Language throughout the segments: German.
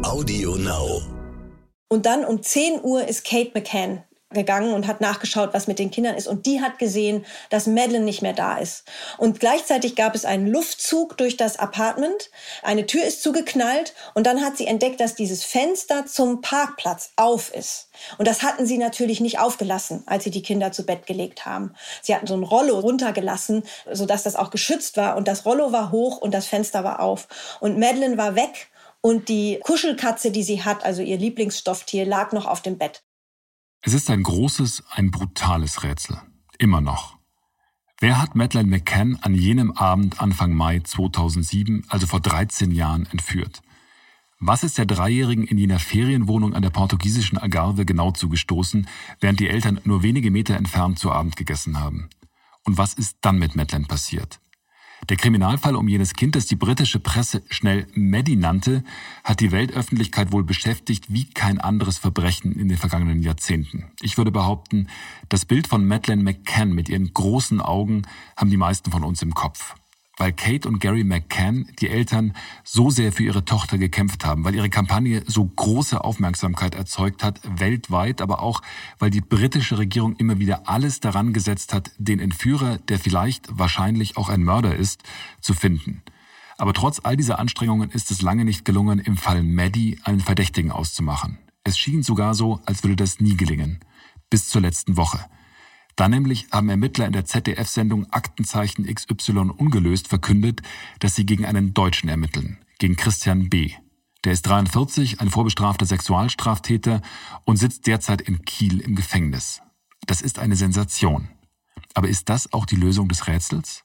Audio Now. Und dann um 10 Uhr ist Kate McCann gegangen und hat nachgeschaut, was mit den Kindern ist. Und die hat gesehen, dass Madeleine nicht mehr da ist. Und gleichzeitig gab es einen Luftzug durch das Apartment. Eine Tür ist zugeknallt. Und dann hat sie entdeckt, dass dieses Fenster zum Parkplatz auf ist. Und das hatten sie natürlich nicht aufgelassen, als sie die Kinder zu Bett gelegt haben. Sie hatten so ein Rollo runtergelassen, sodass das auch geschützt war. Und das Rollo war hoch und das Fenster war auf. Und Madeleine war weg. Und die Kuschelkatze, die sie hat, also ihr Lieblingsstofftier, lag noch auf dem Bett. Es ist ein großes, ein brutales Rätsel. Immer noch. Wer hat Madeleine McCann an jenem Abend Anfang Mai 2007, also vor 13 Jahren, entführt? Was ist der Dreijährigen in jener Ferienwohnung an der portugiesischen Algarve genau zugestoßen, während die Eltern nur wenige Meter entfernt zu Abend gegessen haben? Und was ist dann mit Madeleine passiert? Der Kriminalfall um jenes Kind, das die britische Presse schnell Maddie nannte, hat die Weltöffentlichkeit wohl beschäftigt wie kein anderes Verbrechen in den vergangenen Jahrzehnten. Ich würde behaupten, das Bild von Madeleine McCann mit ihren großen Augen haben die meisten von uns im Kopf. Weil Kate und Gary McCann, die Eltern, so sehr für ihre Tochter gekämpft haben, weil ihre Kampagne so große Aufmerksamkeit erzeugt hat, weltweit, aber auch, weil die britische Regierung immer wieder alles daran gesetzt hat, den Entführer, der vielleicht wahrscheinlich auch ein Mörder ist, zu finden. Aber trotz all dieser Anstrengungen ist es lange nicht gelungen, im Fall Maddie einen Verdächtigen auszumachen. Es schien sogar so, als würde das nie gelingen. Bis zur letzten Woche. Da nämlich haben Ermittler in der ZDF-Sendung Aktenzeichen XY ungelöst verkündet, dass sie gegen einen Deutschen ermitteln, gegen Christian B. Der ist 43, ein vorbestrafter Sexualstraftäter und sitzt derzeit in Kiel im Gefängnis. Das ist eine Sensation. Aber ist das auch die Lösung des Rätsels?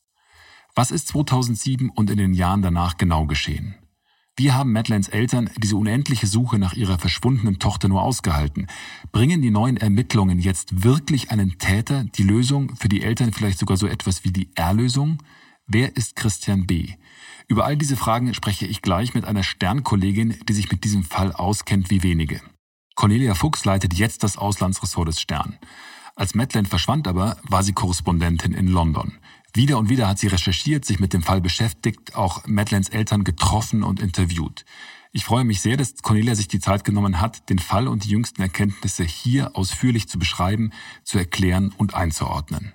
Was ist 2007 und in den Jahren danach genau geschehen? Wie haben Madeleines Eltern diese unendliche Suche nach ihrer verschwundenen Tochter nur ausgehalten? Bringen die neuen Ermittlungen jetzt wirklich einen Täter, die Lösung, für die Eltern vielleicht sogar so etwas wie die Erlösung? Wer ist Christian B.? Über all diese Fragen spreche ich gleich mit einer Stern-Kollegin, die sich mit diesem Fall auskennt wie wenige. Cornelia Fuchs leitet jetzt das Auslandsressort des Stern. Als Madeleine verschwand aber, war sie Korrespondentin in London. Wieder und wieder hat sie recherchiert, sich mit dem Fall beschäftigt, auch Madeleines Eltern getroffen und interviewt. Ich freue mich sehr, dass Cornelia sich die Zeit genommen hat, den Fall und die jüngsten Erkenntnisse hier ausführlich zu beschreiben, zu erklären und einzuordnen.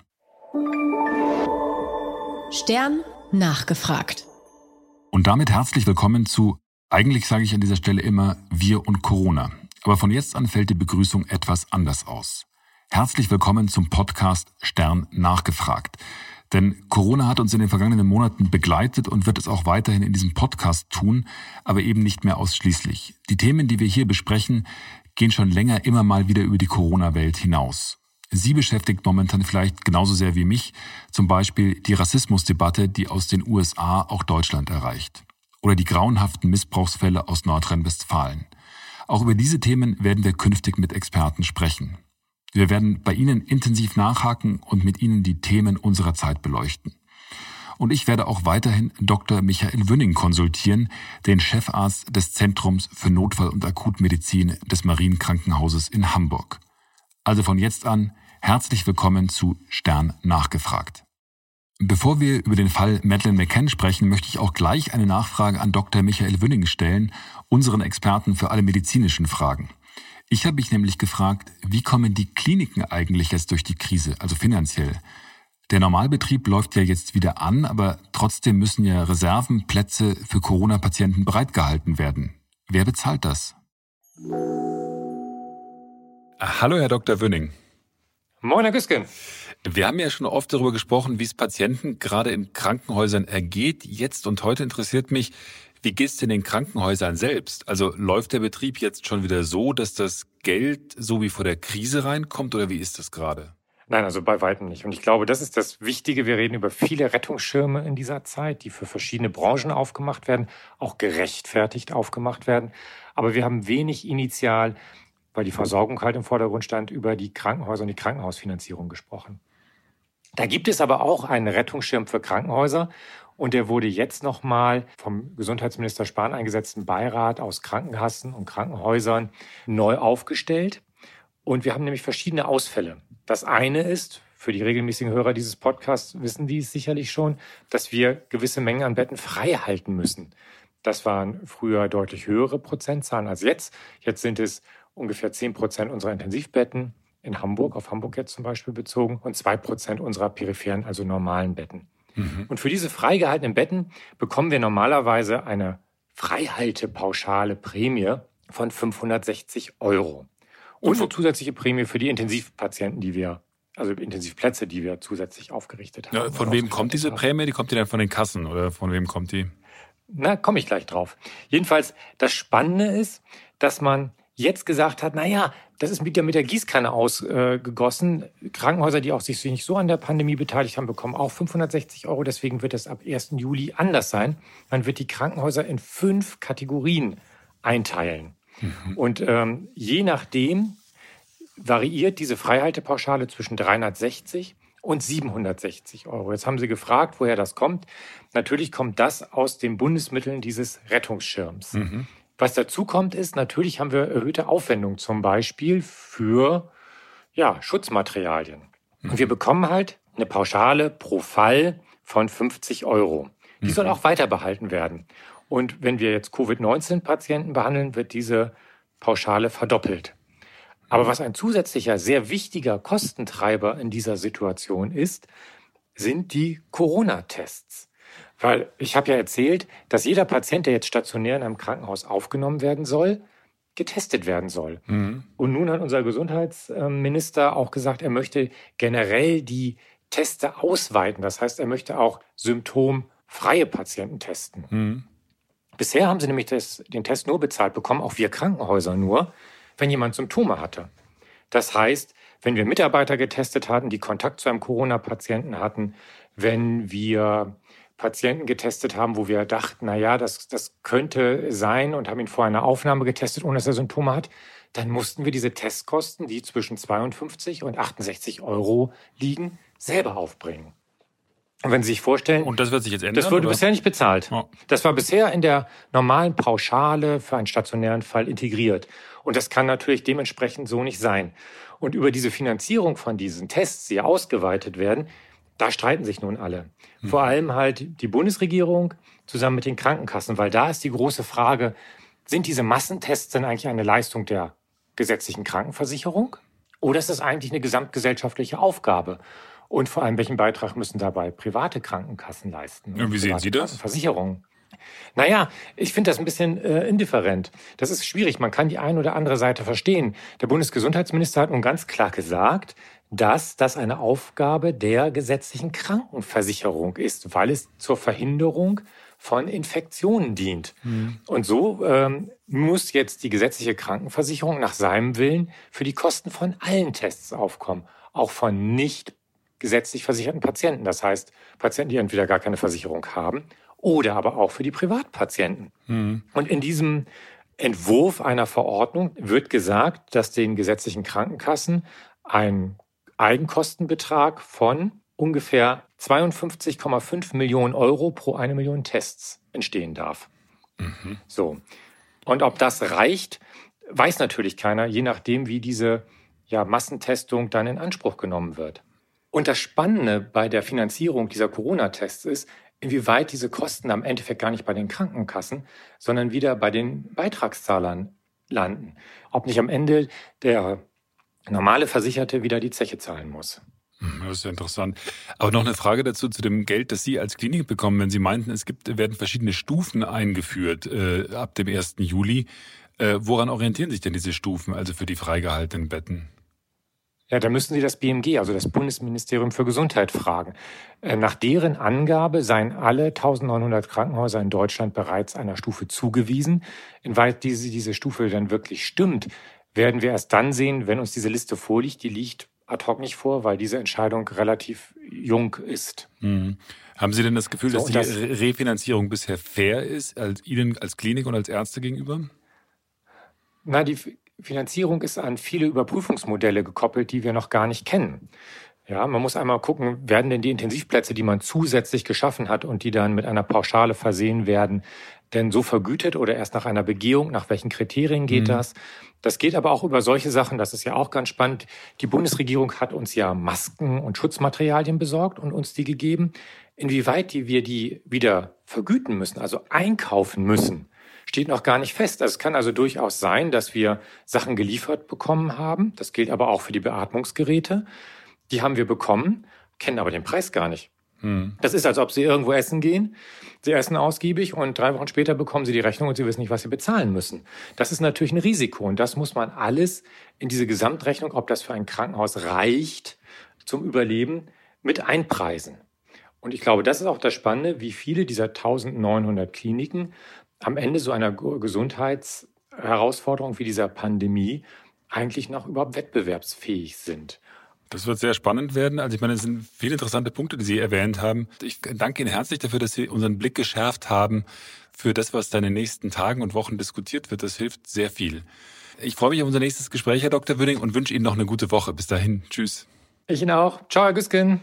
Stern nachgefragt. Und damit herzlich willkommen zu, eigentlich sage ich an dieser Stelle immer, wir und Corona. Aber von jetzt an fällt die Begrüßung etwas anders aus. Herzlich willkommen zum Podcast Stern nachgefragt. Denn Corona hat uns in den vergangenen Monaten begleitet und wird es auch weiterhin in diesem Podcast tun, aber eben nicht mehr ausschließlich. Die Themen, die wir hier besprechen, gehen schon länger immer mal wieder über die Corona-Welt hinaus. Sie beschäftigt momentan vielleicht genauso sehr wie mich, zum Beispiel die Rassismusdebatte, die aus den USA auch Deutschland erreicht. Oder die grauenhaften Missbrauchsfälle aus Nordrhein-Westfalen. Auch über diese Themen werden wir künftig mit Experten sprechen. Wir werden bei Ihnen intensiv nachhaken und mit Ihnen die Themen unserer Zeit beleuchten. Und ich werde auch weiterhin Dr. Michael Wünning konsultieren, den Chefarzt des Zentrums für Notfall- und Akutmedizin des Marienkrankenhauses in Hamburg. Also von jetzt an herzlich willkommen zu Stern nachgefragt. Bevor wir über den Fall Madeleine McCann sprechen, möchte ich auch gleich eine Nachfrage an Dr. Michael Wünning stellen, unseren Experten für alle medizinischen Fragen. Ich habe mich nämlich gefragt, wie kommen die Kliniken eigentlich jetzt durch die Krise, also finanziell? Der Normalbetrieb läuft ja jetzt wieder an, aber trotzdem müssen ja Reserven, Plätze für Corona-Patienten bereitgehalten werden. Wer bezahlt das? Hallo, Herr Dr. Wünning. Moin, Herr Güsken. Wir haben ja schon oft darüber gesprochen, wie es Patienten gerade in Krankenhäusern ergeht. Jetzt und heute interessiert mich, wie geht's denn den Krankenhäusern selbst? Also läuft der Betrieb jetzt schon wieder so, dass das Geld so wie vor der Krise reinkommt oder wie ist das gerade? Nein, also bei weitem nicht. Und ich glaube, das ist das Wichtige. Wir reden über viele Rettungsschirme in dieser Zeit, die für verschiedene Branchen aufgemacht werden, auch gerechtfertigt aufgemacht werden. Aber wir haben wenig initial, weil die Versorgung halt im Vordergrund stand, über die Krankenhäuser und die Krankenhausfinanzierung gesprochen. Da gibt es aber auch einen Rettungsschirm für Krankenhäuser. Und der wurde jetzt nochmal vom Gesundheitsminister Spahn eingesetzten Beirat aus Krankenkassen und Krankenhäusern neu aufgestellt. Und wir haben nämlich verschiedene Ausfälle. Das eine ist, für die regelmäßigen Hörer dieses Podcasts wissen die es sicherlich schon, dass wir gewisse Mengen an Betten frei halten müssen. Das waren früher deutlich höhere Prozentzahlen als jetzt. Jetzt sind es ungefähr 10% unserer Intensivbetten in Hamburg, auf Hamburg jetzt zum Beispiel bezogen, und 2% unserer peripheren, also normalen Betten. Und für diese freigehaltenen Betten bekommen wir normalerweise eine freihaltepauschale Prämie von 560 €. Und eine zusätzliche Prämie für die Intensivpatienten, also Intensivplätze, die wir zusätzlich aufgerichtet haben. Ja, von wem kommt diese Prämie? Die kommt die dann von den Kassen oder von wem kommt die? Na, komme ich gleich drauf. Jedenfalls, das Spannende ist, dass man jetzt gesagt hat, naja, das ist mit der Gießkanne ausgegossen. Krankenhäuser, die auch sich nicht so an der Pandemie beteiligt haben, bekommen auch 560 €. Deswegen wird es ab 1. Juli anders sein. Man wird die Krankenhäuser in 5 Kategorien einteilen. Und je nachdem variiert diese Freihaltepauschale zwischen 360 und 760 €. Jetzt haben Sie gefragt, woher das kommt. Natürlich kommt das aus den Bundesmitteln dieses Rettungsschirms. Was dazu kommt, ist, natürlich haben wir erhöhte Aufwendungen, zum Beispiel für Schutzmaterialien. Und wir bekommen halt eine Pauschale pro Fall von 50 €. Die soll auch weiter behalten werden. Und wenn wir jetzt Covid-19-Patienten behandeln, wird diese Pauschale verdoppelt. Aber was ein zusätzlicher, sehr wichtiger Kostentreiber in dieser Situation ist, sind die Corona-Tests. Weil ich habe ja erzählt, dass jeder Patient, der jetzt stationär in einem Krankenhaus aufgenommen werden soll, getestet werden soll. Und nun hat unser Gesundheitsminister auch gesagt, er möchte generell die Teste ausweiten. Das heißt, er möchte auch symptomfreie Patienten testen. Bisher haben sie nämlich den Test nur bezahlt bekommen, auch wir Krankenhäuser nur, wenn jemand Symptome hatte. Das heißt, wenn wir Mitarbeiter getestet hatten, die Kontakt zu einem Corona-Patienten hatten, wenn wir Patienten getestet haben, wo wir dachten, naja, das könnte sein und haben ihn vor einer Aufnahme getestet, ohne dass er Symptome hat, dann mussten wir diese Testkosten, die zwischen 52 und 68 € liegen, selber aufbringen. Und wenn Sie sich vorstellen, und das wird sich jetzt ändern? Das wurde oder? bisher nicht bezahlt. Ja. Das war bisher in der normalen Pauschale für einen stationären Fall integriert. Und das kann natürlich dementsprechend so nicht sein. Und über diese Finanzierung von diesen Tests, die ausgeweitet werden, da streiten sich nun alle. Vor allem halt die Bundesregierung zusammen mit den Krankenkassen, weil da ist die große Frage, sind diese Massentests denn eigentlich eine Leistung der gesetzlichen Krankenversicherung? Oder ist das eigentlich eine gesamtgesellschaftliche Aufgabe? Und vor allem, welchen Beitrag müssen dabei private Krankenkassen leisten? Und wie sehen Sie das? Versicherungen. Naja, ich finde das ein bisschen indifferent. Das ist schwierig. Man kann die eine oder andere Seite verstehen. Der Bundesgesundheitsminister hat nun ganz klar gesagt, dass das eine Aufgabe der gesetzlichen Krankenversicherung ist, weil es zur Verhinderung von Infektionen dient. Und so muss jetzt die gesetzliche Krankenversicherung nach seinem Willen für die Kosten von allen Tests aufkommen, auch von nicht gesetzlich versicherten Patienten. Das heißt, Patienten, die entweder gar keine Versicherung haben oder aber auch für die Privatpatienten. Und in diesem Entwurf einer Verordnung wird gesagt, dass den gesetzlichen Krankenkassen ein Eigenkostenbetrag von ungefähr 52,5 Millionen € pro 1 Million Tests entstehen darf. So. Und ob das reicht, weiß natürlich keiner, je nachdem, wie diese Massentestung dann in Anspruch genommen wird. Und das Spannende bei der Finanzierung dieser Corona-Tests ist, inwieweit diese Kosten am Endeffekt gar nicht bei den Krankenkassen, sondern wieder bei den Beitragszahlern landen. Ob nicht am Ende der normale Versicherte wieder die Zeche zahlen muss. Das ist ja interessant. Aber noch eine Frage dazu zu dem Geld, das Sie als Klinik bekommen, wenn Sie meinten, werden verschiedene Stufen eingeführt ab dem 1. Juli. Woran orientieren sich denn diese Stufen, also für die freigehaltenen Betten? Ja, da müssen Sie das BMG, also das Bundesministerium für Gesundheit, fragen. Nach deren Angabe seien alle 1900 Krankenhäuser in Deutschland bereits einer Stufe zugewiesen. Inwieweit diese Stufe dann wirklich stimmt, werden wir erst dann sehen, wenn uns diese Liste vorliegt. Die liegt ad hoc nicht vor, weil diese Entscheidung relativ jung ist. Haben Sie denn das Gefühl, dass die Refinanzierung bisher fair ist, Ihnen als Klinik und als Ärzte gegenüber? Na, die Finanzierung ist an viele Überprüfungsmodelle gekoppelt, die wir noch gar nicht kennen. Ja, man muss einmal gucken, werden denn die Intensivplätze, die man zusätzlich geschaffen hat und die dann mit einer Pauschale versehen werden, denn so vergütet oder erst nach einer Begehung? Nach welchen Kriterien geht das? Das geht aber auch über solche Sachen, das ist ja auch ganz spannend. Die Bundesregierung hat uns ja Masken und Schutzmaterialien besorgt und uns die gegeben. Inwieweit wir die wieder vergüten müssen, also einkaufen müssen, steht noch gar nicht fest. Es kann also durchaus sein, dass wir Sachen geliefert bekommen haben. Das gilt aber auch für die Beatmungsgeräte. Die haben wir bekommen, kennen aber den Preis gar nicht. Das ist, als ob Sie irgendwo essen gehen. Sie essen ausgiebig und 3 Wochen später bekommen Sie die Rechnung und Sie wissen nicht, was Sie bezahlen müssen. Das ist natürlich ein Risiko und das muss man alles in diese Gesamtrechnung, ob das für ein Krankenhaus reicht zum Überleben, mit einpreisen. Und ich glaube, das ist auch das Spannende, wie viele dieser 1900 Kliniken am Ende so einer Gesundheitsherausforderung wie dieser Pandemie eigentlich noch überhaupt wettbewerbsfähig sind. Das wird sehr spannend werden. Also ich meine, es sind viele interessante Punkte, die Sie erwähnt haben. Ich danke Ihnen herzlich dafür, dass Sie unseren Blick geschärft haben für das, was da in den nächsten Tagen und Wochen diskutiert wird. Das hilft sehr viel. Ich freue mich auf unser nächstes Gespräch, Herr Dr. Wüdding, und wünsche Ihnen noch eine gute Woche. Bis dahin. Tschüss. Ich Ihnen auch. Ciao, Herr Güsken.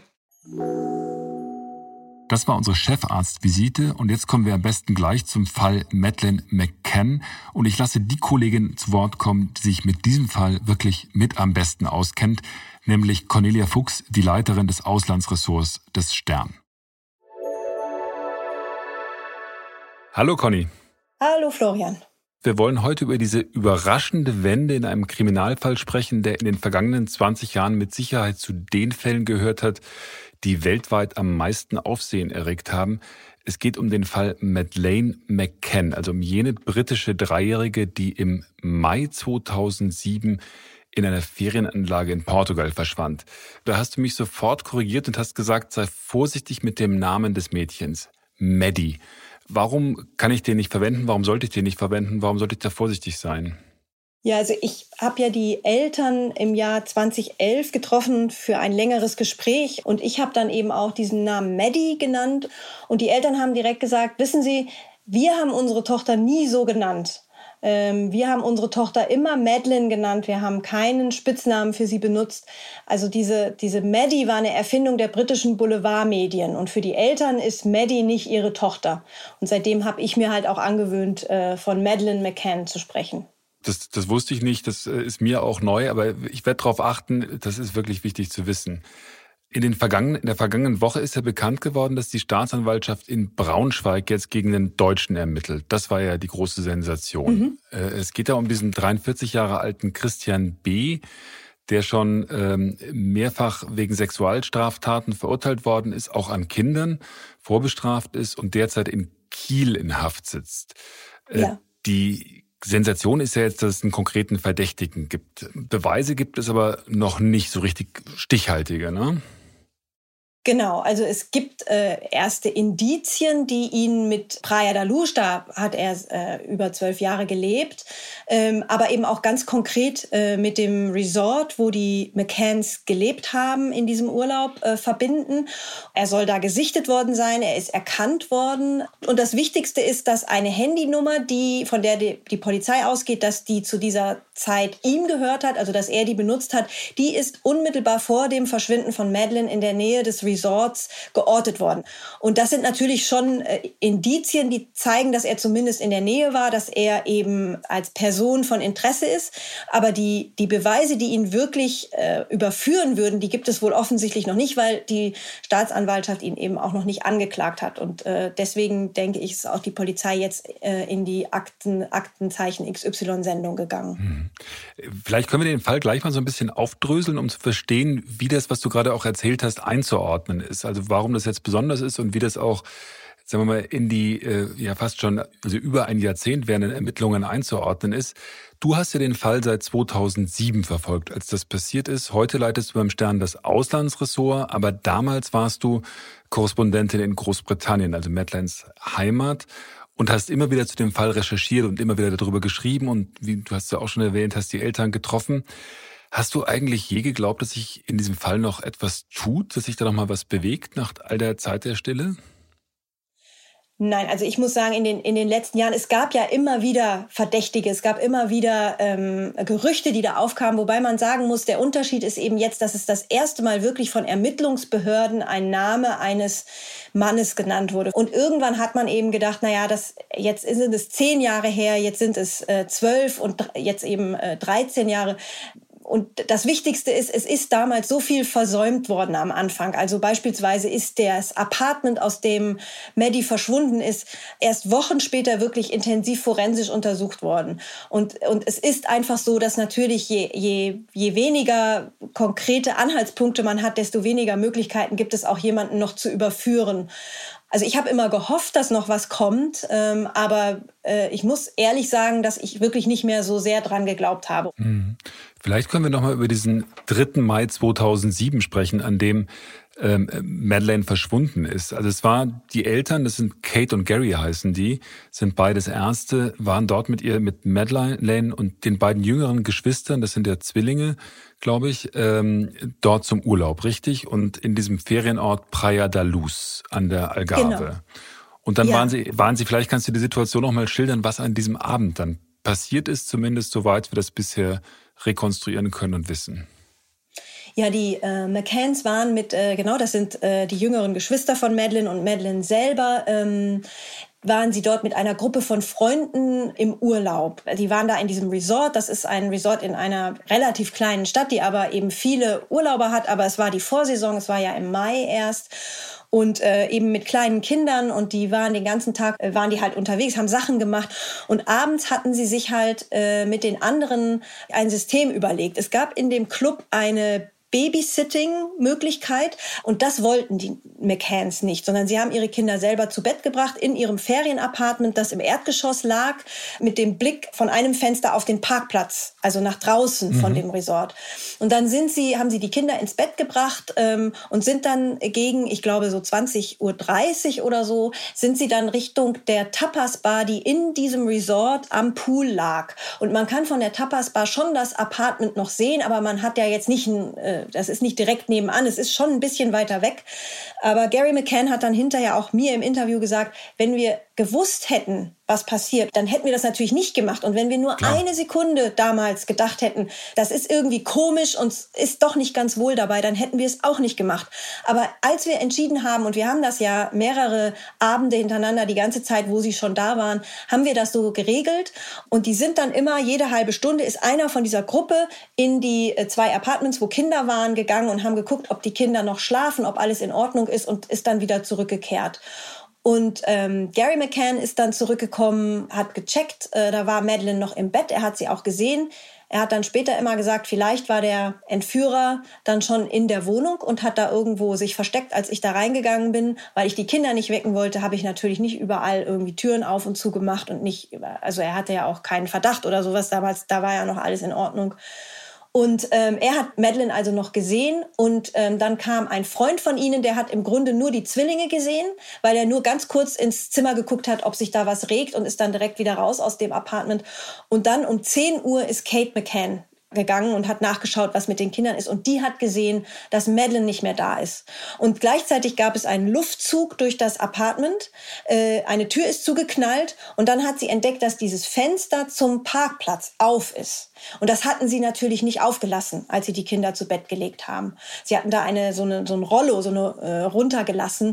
Das war unsere Chefarztvisite und jetzt kommen wir am besten gleich zum Fall Madeleine McCann und ich lasse die Kollegin zu Wort kommen, die sich mit diesem Fall wirklich mit am besten auskennt, nämlich Cornelia Fuchs, die Leiterin des Auslandsressorts des Stern. Hallo Conny. Hallo Florian. Wir wollen heute über diese überraschende Wende in einem Kriminalfall sprechen, der in den vergangenen 20 Jahren mit Sicherheit zu den Fällen gehört hat, die weltweit am meisten Aufsehen erregt haben. Es geht um den Fall Madeleine McCann, also um jene britische Dreijährige, die im Mai 2007 in einer Ferienanlage in Portugal verschwand. Da hast du mich sofort korrigiert und hast gesagt, sei vorsichtig mit dem Namen des Mädchens, Maddie. Warum kann ich den nicht verwenden? Warum sollte ich den nicht verwenden? Warum sollte ich da vorsichtig sein? Ja, also ich habe ja die Eltern im Jahr 2011 getroffen für ein längeres Gespräch und ich habe dann eben auch diesen Namen Maddie genannt und die Eltern haben direkt gesagt, wissen Sie, wir haben unsere Tochter nie so genannt. Wir haben unsere Tochter immer Madeleine genannt, wir haben keinen Spitznamen für sie benutzt. Also diese Maddie war eine Erfindung der britischen Boulevardmedien und für die Eltern ist Maddie nicht ihre Tochter. Und seitdem habe ich mir halt auch angewöhnt, von Madeleine McCann zu sprechen. Das wusste ich nicht, das ist mir auch neu, aber ich werde darauf achten, das ist wirklich wichtig zu wissen. In der vergangenen Woche ist ja bekannt geworden, dass die Staatsanwaltschaft in Braunschweig jetzt gegen den Deutschen ermittelt. Das war ja die große Sensation. Es geht ja um diesen 43 Jahre alten Christian B., der schon mehrfach wegen Sexualstraftaten verurteilt worden ist, auch an Kindern, vorbestraft ist und derzeit in Kiel in Haft sitzt. Ja. Die Sensation ist ja jetzt, dass es einen konkreten Verdächtigen gibt. Beweise gibt es aber noch nicht so richtig stichhaltige, ne? Genau, also es gibt erste Indizien, die ihn mit Praia da Luz, da hat er über 12 Jahre gelebt, aber eben auch ganz konkret mit dem Resort, wo die McCanns gelebt haben in diesem Urlaub, verbinden. Er soll da gesichtet worden sein, er ist erkannt worden. Und das Wichtigste ist, dass eine Handynummer, von der die Polizei ausgeht, dass die zu dieser Zeit ihm gehört hat, also dass er die benutzt hat, die ist unmittelbar vor dem Verschwinden von Madeleine in der Nähe des Resorts geortet worden. Und das sind natürlich schon Indizien, die zeigen, dass er zumindest in der Nähe war, dass er eben als Person von Interesse ist. Aber die Beweise, die ihn wirklich überführen würden, die gibt es wohl offensichtlich noch nicht, weil die Staatsanwaltschaft ihn eben auch noch nicht angeklagt hat. Und deswegen denke ich, ist auch die Polizei jetzt in die Aktenzeichen XY-Sendung gegangen. Vielleicht können wir den Fall gleich mal so ein bisschen aufdröseln, um zu verstehen, wie das, was du gerade auch erzählt hast, einzuordnen ist. Also warum das jetzt besonders ist und wie das auch, sagen wir mal, in die fast schon über ein Jahrzehnt währenden Ermittlungen einzuordnen ist. Du hast ja den Fall seit 2007 verfolgt, als das passiert ist. Heute leitest du beim Stern das Auslandsressort, aber damals warst du Korrespondentin in Großbritannien, also Madeleines Heimat. Und hast immer wieder zu dem Fall recherchiert und immer wieder darüber geschrieben und wie du hast ja auch schon erwähnt, hast die Eltern getroffen. Hast du eigentlich je geglaubt, dass sich in diesem Fall noch etwas tut, dass sich da noch mal was bewegt nach all der Zeit der Stille? Nein, also ich muss sagen, in den letzten Jahren, es gab ja immer wieder Verdächtige, es gab immer wieder Gerüchte, die da aufkamen, wobei man sagen muss, der Unterschied ist eben jetzt, dass es das erste Mal wirklich von Ermittlungsbehörden ein Name eines Mannes genannt wurde. Und irgendwann hat man eben gedacht, naja, jetzt sind es 10 Jahre her, jetzt sind es 12 und jetzt eben 13 Jahre. Und das Wichtigste ist, es ist damals so viel versäumt worden am Anfang. Also beispielsweise ist das Apartment, aus dem Maddie verschwunden ist, erst Wochen später wirklich intensiv forensisch untersucht worden. Und es ist einfach so, dass natürlich je weniger konkrete Anhaltspunkte man hat, desto weniger Möglichkeiten gibt es auch, jemanden noch zu überführen. Also ich habe immer gehofft, dass noch was kommt, aber ich muss ehrlich sagen, dass ich wirklich nicht mehr so sehr dran geglaubt habe. Vielleicht können wir noch mal über diesen 3. Mai 2007 sprechen, an dem Madeleine verschwunden ist. Also es war die Eltern, das sind Kate und Gary heißen die, sind beides Ärzte, waren dort mit Madeleine und den beiden jüngeren Geschwistern, das sind ja Zwillinge, glaube ich, dort zum Urlaub, richtig? Und in diesem Ferienort Praia da Luz an der Algarve. Genau. Und dann waren sie, vielleicht kannst du die Situation noch mal schildern, was an diesem Abend dann passiert ist, zumindest soweit wir das bisher rekonstruieren können und wissen. Ja, die McCanns waren das sind die jüngeren Geschwister von Madeleine und Madeleine selber, waren sie dort mit einer Gruppe von Freunden im Urlaub. Die waren da in diesem Resort. Das ist ein Resort in einer relativ kleinen Stadt, die aber eben viele Urlauber hat. Aber es war die Vorsaison, es war ja im Mai erst. Und eben mit kleinen Kindern, und die waren den ganzen Tag, waren die halt unterwegs, haben Sachen gemacht. Und abends hatten sie sich halt mit den anderen ein System überlegt. Es gab in dem Club eine Babysitting-Möglichkeit, und das wollten die McCanns nicht, sondern sie haben ihre Kinder selber zu Bett gebracht in ihrem Ferienapartment, das im Erdgeschoss lag, mit dem Blick von einem Fenster auf den Parkplatz, also nach draußen von dem Resort. Und dann haben sie die Kinder ins Bett gebracht und sind dann gegen, ich glaube so 20:30 Uhr oder so, sind sie dann Richtung der Tapas-Bar, die in diesem Resort am Pool lag. Und man kann von der Tapas-Bar schon das Apartment noch sehen, aber man hat ja jetzt nicht das ist nicht direkt nebenan, es ist schon ein bisschen weiter weg. Aber Gary McCann hat dann hinterher auch mir im Interview gesagt, wenn wir gewusst hätten, was passiert, dann hätten wir das natürlich nicht gemacht. Und wenn wir nur eine Sekunde damals gedacht hätten, das ist irgendwie komisch und ist doch nicht ganz wohl dabei, dann hätten wir es auch nicht gemacht. Aber als wir entschieden haben, und wir haben das ja mehrere Abende hintereinander, die ganze Zeit, wo sie schon da waren, haben wir das so geregelt. Und die sind dann immer, jede halbe Stunde ist einer von dieser Gruppe in die 2 Apartments, wo Kinder waren, gegangen und haben geguckt, ob die Kinder noch schlafen, ob alles in Ordnung ist, und ist dann wieder zurückgekehrt. Und Gary McCann ist dann zurückgekommen, hat gecheckt, da war Madeleine noch im Bett, er hat sie auch gesehen. Er hat dann später immer gesagt, vielleicht war der Entführer dann schon in der Wohnung und hat da irgendwo sich versteckt. Als ich da reingegangen bin, weil ich die Kinder nicht wecken wollte, habe ich natürlich nicht überall irgendwie Türen auf und zu gemacht und nicht, also er hatte ja auch keinen Verdacht oder sowas damals, da war ja noch alles in Ordnung. Und er hat Madeleine also noch gesehen, und dann kam ein Freund von ihnen, der hat im Grunde nur die Zwillinge gesehen, weil er nur ganz kurz ins Zimmer geguckt hat, ob sich da was regt, und ist dann direkt wieder raus aus dem Apartment. Und dann um 10 Uhr ist Kate McCann gegangen und hat nachgeschaut, was mit den Kindern ist. Und die hat gesehen, dass Madeleine nicht mehr da ist. Und gleichzeitig gab es einen Luftzug durch das Apartment. Eine Tür ist zugeknallt, und dann hat sie entdeckt, dass dieses Fenster zum Parkplatz auf ist. Und das hatten sie natürlich nicht aufgelassen, als sie die Kinder zu Bett gelegt haben. Sie hatten da so ein Rollo, runtergelassen,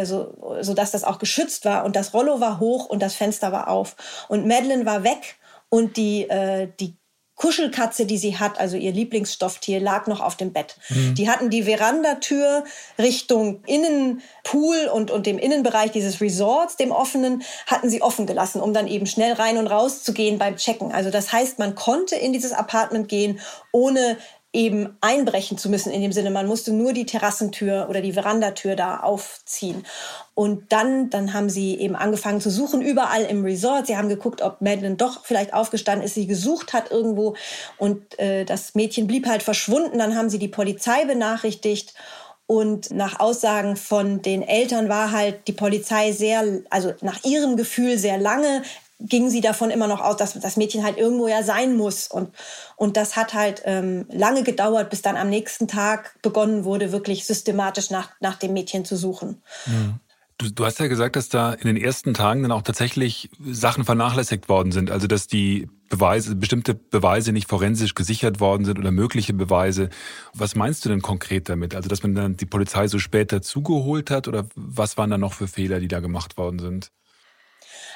so dass das auch geschützt war. Und das Rollo war hoch und das Fenster war auf. Und Madeleine war weg, und die Kuschelkatze, die sie hat, also ihr Lieblingsstofftier, lag noch auf dem Bett. Die hatten die Verandatür Richtung Innenpool und dem Innenbereich dieses Resorts, dem offenen, hatten sie offen gelassen, um dann eben schnell rein und raus zu gehen beim Checken. Also das heißt, man konnte in dieses Apartment gehen, ohne eben einbrechen zu müssen, in dem Sinne, man musste nur die Terrassentür oder die Verandatür da aufziehen. Und dann haben sie eben angefangen zu suchen, überall im Resort. Sie haben geguckt, ob Madeleine doch vielleicht aufgestanden ist, sie gesucht hat irgendwo, und das Mädchen blieb halt verschwunden. Dann haben sie die Polizei benachrichtigt. Und nach Aussagen von den Eltern war halt die Polizei also nach ihrem Gefühl sehr lange, gingen sie davon immer noch aus, dass das Mädchen halt irgendwo ja sein muss. Und das hat halt lange gedauert, bis dann am nächsten Tag begonnen wurde, wirklich systematisch nach dem Mädchen zu suchen. Mhm. Du hast ja gesagt, dass da in den ersten Tagen dann auch tatsächlich Sachen vernachlässigt worden sind. Also dass die bestimmte Beweise nicht forensisch gesichert worden sind oder mögliche Beweise. Was meinst du denn konkret damit? Also dass man dann die Polizei so spät dazugeholt hat, oder was waren da noch für Fehler, die da gemacht worden sind?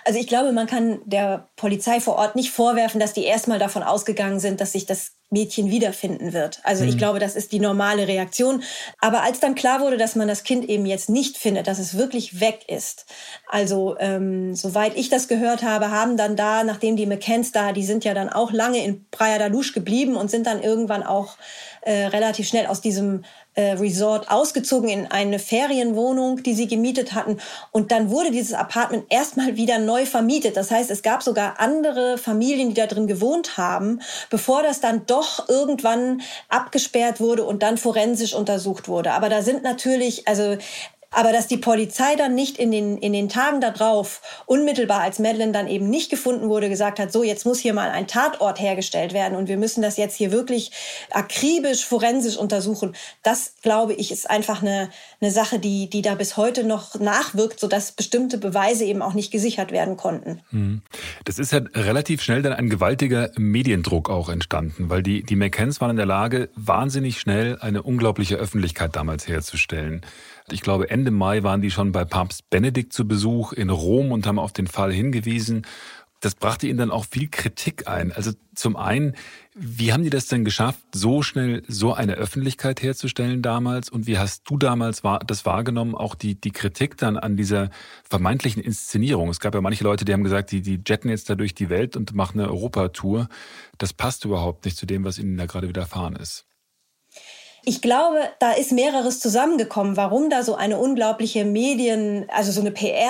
Also ich glaube, man kann der Polizei vor Ort nicht vorwerfen, dass die erstmal davon ausgegangen sind, dass sich das Mädchen wiederfinden wird. Also ich glaube, das ist die normale Reaktion. Aber als dann klar wurde, dass man das Kind eben jetzt nicht findet, dass es wirklich weg ist, also soweit ich das gehört habe, haben dann da, nachdem die McCanns da, die sind ja dann auch lange in Praia da Luz geblieben und sind dann irgendwann auch relativ schnell aus diesem Resort ausgezogen in eine Ferienwohnung, die sie gemietet hatten. Und dann wurde dieses Apartment erstmal wieder neu vermietet. Das heißt, es gab sogar andere Familien, die da drin gewohnt haben, bevor das dann doch irgendwann abgesperrt wurde und dann forensisch untersucht wurde. Aber da sind natürlich, aber dass die Polizei dann nicht in den Tagen darauf, unmittelbar als Madeleine dann eben nicht gefunden wurde, gesagt hat, so, jetzt muss hier mal ein Tatort hergestellt werden und wir müssen das jetzt hier wirklich akribisch, forensisch untersuchen. Das, glaube ich, ist einfach eine Sache, die da bis heute noch nachwirkt, sodass bestimmte Beweise eben auch nicht gesichert werden konnten. Das ist ja relativ schnell dann ein gewaltiger Mediendruck auch entstanden, weil die McCanns waren in der Lage, wahnsinnig schnell eine unglaubliche Öffentlichkeit damals herzustellen. Ich glaube, Ende Mai waren die schon bei Papst Benedikt zu Besuch in Rom und haben auf den Fall hingewiesen. Das brachte ihnen dann auch viel Kritik ein. Also zum einen, wie haben die das denn geschafft, so schnell so eine Öffentlichkeit herzustellen damals? Und wie hast du damals das wahrgenommen, auch die Kritik dann an dieser vermeintlichen Inszenierung? Es gab ja manche Leute, die haben gesagt, die jetten jetzt da durch die Welt und machen eine Europatour. Das passt überhaupt nicht zu dem, was ihnen da gerade widerfahren ist. Ich glaube, da ist mehreres zusammengekommen, warum da so eine unglaubliche also so eine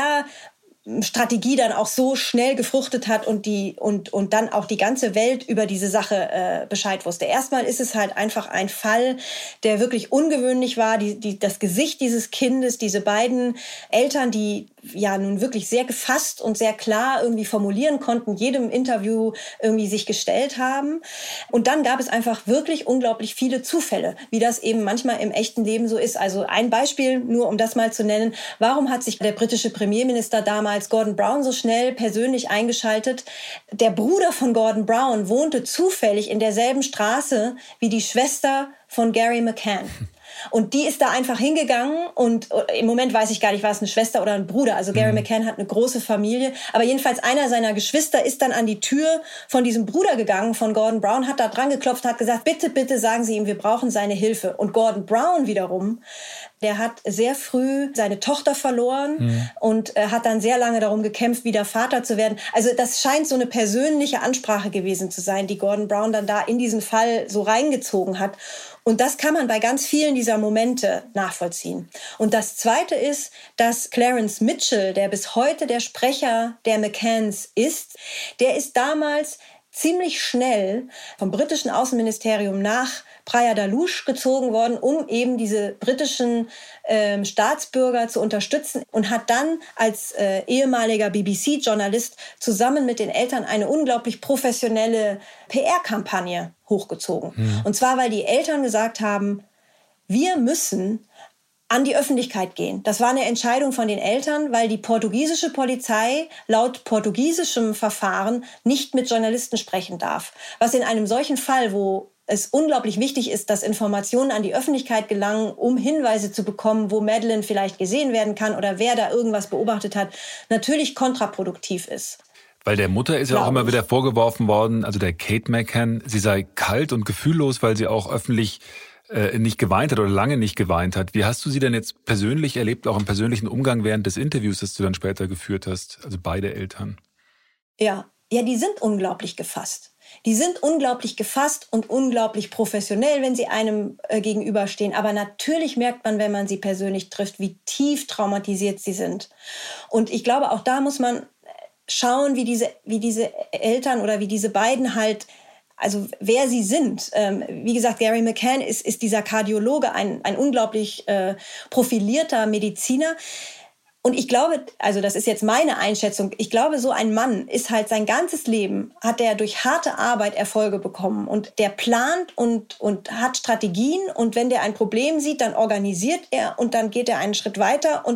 PR-Strategie dann auch so schnell gefruchtet hat und dann auch die ganze Welt über diese Sache Bescheid wusste. Erstmal ist es halt einfach ein Fall, der wirklich ungewöhnlich war. Das Gesicht dieses Kindes, diese beiden Eltern, die ja nun wirklich sehr gefasst und sehr klar irgendwie formulieren konnten, jedem Interview irgendwie sich gestellt haben. Und dann gab es einfach wirklich unglaublich viele Zufälle, wie das eben manchmal im echten Leben so ist. Also ein Beispiel, nur um das mal zu nennen, warum hat sich der britische Premierminister damals Gordon Brown so schnell persönlich eingeschaltet? Der Bruder von Gordon Brown wohnte zufällig in derselben Straße wie die Schwester von Gary McCann. Und die ist da einfach hingegangen und im Moment weiß ich gar nicht, war es eine Schwester oder ein Bruder. Also Gary McCann hat eine große Familie. Aber jedenfalls einer seiner Geschwister ist dann an die Tür von diesem Bruder gegangen, von Gordon Brown, hat da dran geklopft, hat gesagt, bitte, bitte sagen Sie ihm, wir brauchen seine Hilfe. Und Gordon Brown wiederum, der hat sehr früh seine Tochter verloren und hat dann sehr lange darum gekämpft, wieder Vater zu werden. Also das scheint so eine persönliche Ansprache gewesen zu sein, die Gordon Brown dann da in diesen Fall so reingezogen hat. Und das kann man bei ganz vielen dieser Momente nachvollziehen. Und das Zweite ist, dass Clarence Mitchell, der bis heute der Sprecher der McCanns ist, der ist damals ziemlich schnell vom britischen Außenministerium nach Praia da Luz gezogen worden, um eben diese britischen Staatsbürger zu unterstützen und hat dann als ehemaliger BBC-Journalist zusammen mit den Eltern eine unglaublich professionelle PR-Kampagne hochgezogen. Und zwar, weil die Eltern gesagt haben, wir müssen an die Öffentlichkeit gehen. Das war eine Entscheidung von den Eltern, weil die portugiesische Polizei laut portugiesischem Verfahren nicht mit Journalisten sprechen darf. Was in einem solchen Fall, wo es unglaublich wichtig ist, dass Informationen an die Öffentlichkeit gelangen, um Hinweise zu bekommen, wo Madeleine vielleicht gesehen werden kann oder wer da irgendwas beobachtet hat, natürlich kontraproduktiv ist. Weil der Mutter ist ja auch immer wieder vorgeworfen worden, also der Kate McCann, sie sei kalt und gefühllos, weil sie auch öffentlich nicht geweint hat oder lange nicht geweint hat. Wie hast du sie denn jetzt persönlich erlebt, auch im persönlichen Umgang während des Interviews, das du dann später geführt hast, also beide Eltern? Ja, die sind unglaublich gefasst. Die sind unglaublich gefasst und unglaublich professionell, wenn sie einem gegenüberstehen. Aber natürlich merkt man, wenn man sie persönlich trifft, wie tief traumatisiert sie sind. Und ich glaube, auch da muss man schauen, wie diese Eltern oder wie diese beiden halt, also wer sie sind. Wie gesagt, Gary McCann ist dieser Kardiologe, ein unglaublich profilierter Mediziner. Und ich glaube, also das ist jetzt meine Einschätzung, ich glaube, so ein Mann ist halt sein ganzes Leben, hat er durch harte Arbeit Erfolge bekommen. Und der plant und hat Strategien. Und wenn der ein Problem sieht, dann organisiert er und dann geht er einen Schritt weiter und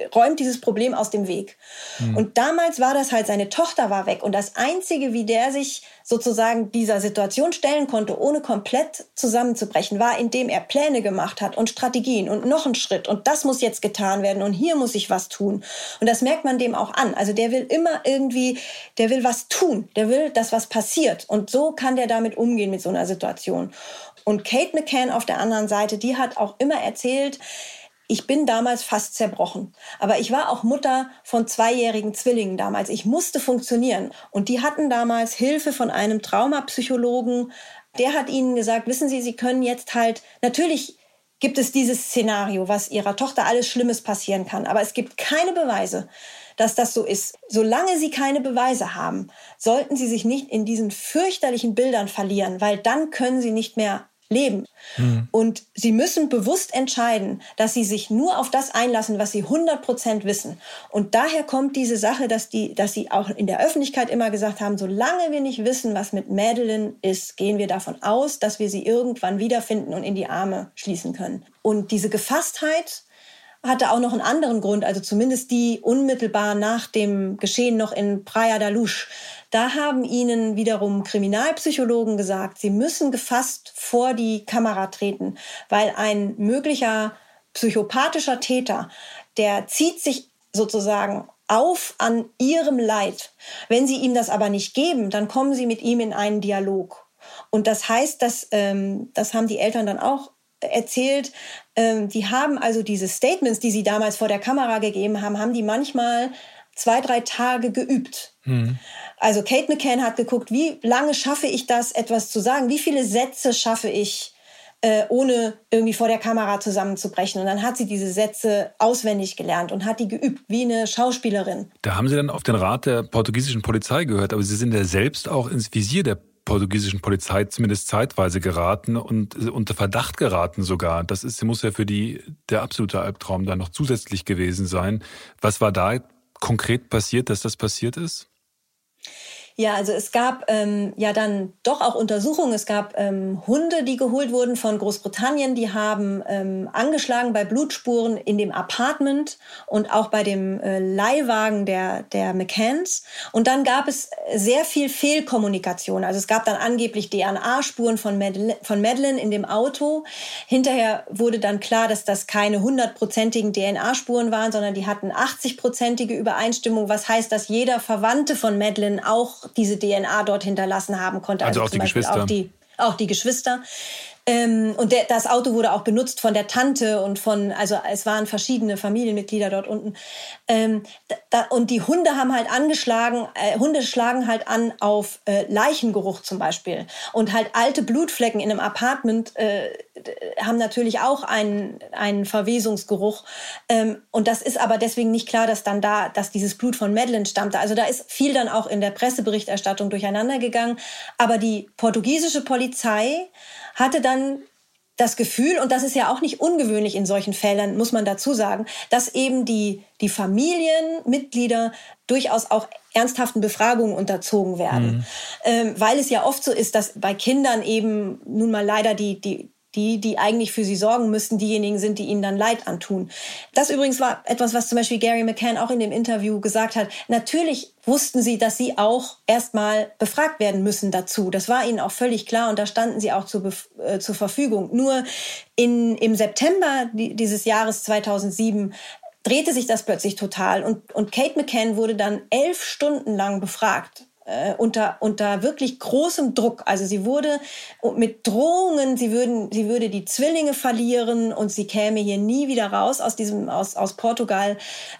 räumt dieses Problem aus dem Weg. Und damals war das halt, seine Tochter war weg. Und das Einzige, wie der sich sozusagen dieser Situation stellen konnte, ohne komplett zusammenzubrechen, war, indem er Pläne gemacht hat und Strategien und noch einen Schritt. Und das muss jetzt getan werden und hier muss ich was tun. Und das merkt man dem auch an. Also der will immer irgendwie, der will was tun. Der will, dass was passiert. Und so kann der damit umgehen mit so einer Situation. Und Kate McCann auf der anderen Seite, die hat auch immer erzählt, ich bin damals fast zerbrochen. Aber ich war auch Mutter von 2-jährigen Zwillingen damals. Ich musste funktionieren. Und die hatten damals Hilfe von einem Traumapsychologen. Der hat ihnen gesagt, wissen Sie, Sie können jetzt halt, natürlich gibt es dieses Szenario, was Ihrer Tochter alles Schlimmes passieren kann. Aber es gibt keine Beweise, dass das so ist. Solange Sie keine Beweise haben, sollten Sie sich nicht in diesen fürchterlichen Bildern verlieren, weil dann können Sie nicht mehr leben. Und sie müssen bewusst entscheiden, dass sie sich nur auf das einlassen, was sie 100% wissen. Und daher kommt diese Sache, dass sie auch in der Öffentlichkeit immer gesagt haben, solange wir nicht wissen, was mit Madeleine ist, gehen wir davon aus, dass wir sie irgendwann wiederfinden und in die Arme schließen können. Und diese Gefasstheit hatte auch noch einen anderen Grund, also zumindest die unmittelbar nach dem Geschehen noch in Praia da Luz. Da haben ihnen wiederum Kriminalpsychologen gesagt, sie müssen gefasst vor die Kamera treten, weil ein möglicher psychopathischer Täter, der zieht sich sozusagen auf an ihrem Leid. Wenn sie ihm das aber nicht geben, dann kommen sie mit ihm in einen Dialog. Und das heißt, das haben die Eltern dann auch erzählt, die haben also diese Statements, die sie damals vor der Kamera gegeben haben die manchmal 2-3 Tage geübt. Also Kate McCann hat geguckt, wie lange schaffe ich das, etwas zu sagen? Wie viele Sätze schaffe ich, ohne irgendwie vor der Kamera zusammenzubrechen? Und dann hat sie diese Sätze auswendig gelernt und hat die geübt, wie eine Schauspielerin. Da haben Sie dann auf den Rat der portugiesischen Polizei gehört, aber Sie sind ja selbst auch ins Visier der portugiesischen Polizei zumindest zeitweise geraten und unter Verdacht geraten sogar. Das muss ja für die der absolute Albtraum dann noch zusätzlich gewesen sein. Was war da konkret passiert, dass das passiert ist? Ja, also es gab ja dann doch auch Untersuchungen. Es gab Hunde, die geholt wurden von Großbritannien. Die haben angeschlagen bei Blutspuren in dem Apartment und auch bei dem Leihwagen der McCanns. Und dann gab es sehr viel Fehlkommunikation. Also es gab dann angeblich DNA-Spuren von Madeleine in dem Auto. Hinterher wurde dann klar, dass das keine 100%igen DNA-Spuren waren, sondern die hatten 80%ige Übereinstimmung. Was heißt, dass jeder Verwandte von Madeleine auch diese DNA dort hinterlassen haben konnte. Also auch die Geschwister. Auch die Geschwister. Und das Auto wurde auch benutzt von der Tante und also es waren verschiedene Familienmitglieder dort unten. Und die Hunde haben halt angeschlagen, Hunde schlagen halt an auf Leichengeruch zum Beispiel. Und halt alte Blutflecken in einem Apartment haben natürlich auch einen Verwesungsgeruch. Und das ist aber deswegen nicht klar, dass dieses Blut von Madeleine stammte. Also da ist viel dann auch in der Presseberichterstattung durcheinander gegangen. Aber die portugiesische Polizei hatte dann das Gefühl, und das ist ja auch nicht ungewöhnlich in solchen Fällen, muss man dazu sagen, dass eben die Familienmitglieder durchaus auch ernsthaften Befragungen unterzogen werden. Weil es ja oft so ist, dass bei Kindern eben nun mal leider die eigentlich für sie sorgen müssten, diejenigen sind, die ihnen dann Leid antun. Das übrigens war etwas, was zum Beispiel Gary McCann auch in dem Interview gesagt hat. Natürlich wussten sie, dass sie auch erstmal befragt werden müssen dazu. Das war ihnen auch völlig klar und da standen sie auch zur Verfügung. Nur im September dieses Jahres 2007 drehte sich das plötzlich total und Kate McCann wurde dann 11 Stunden lang befragt. Unter wirklich großem Druck. Also sie wurde mit Drohungen, sie würde die Zwillinge verlieren und sie käme hier nie wieder raus aus Portugal,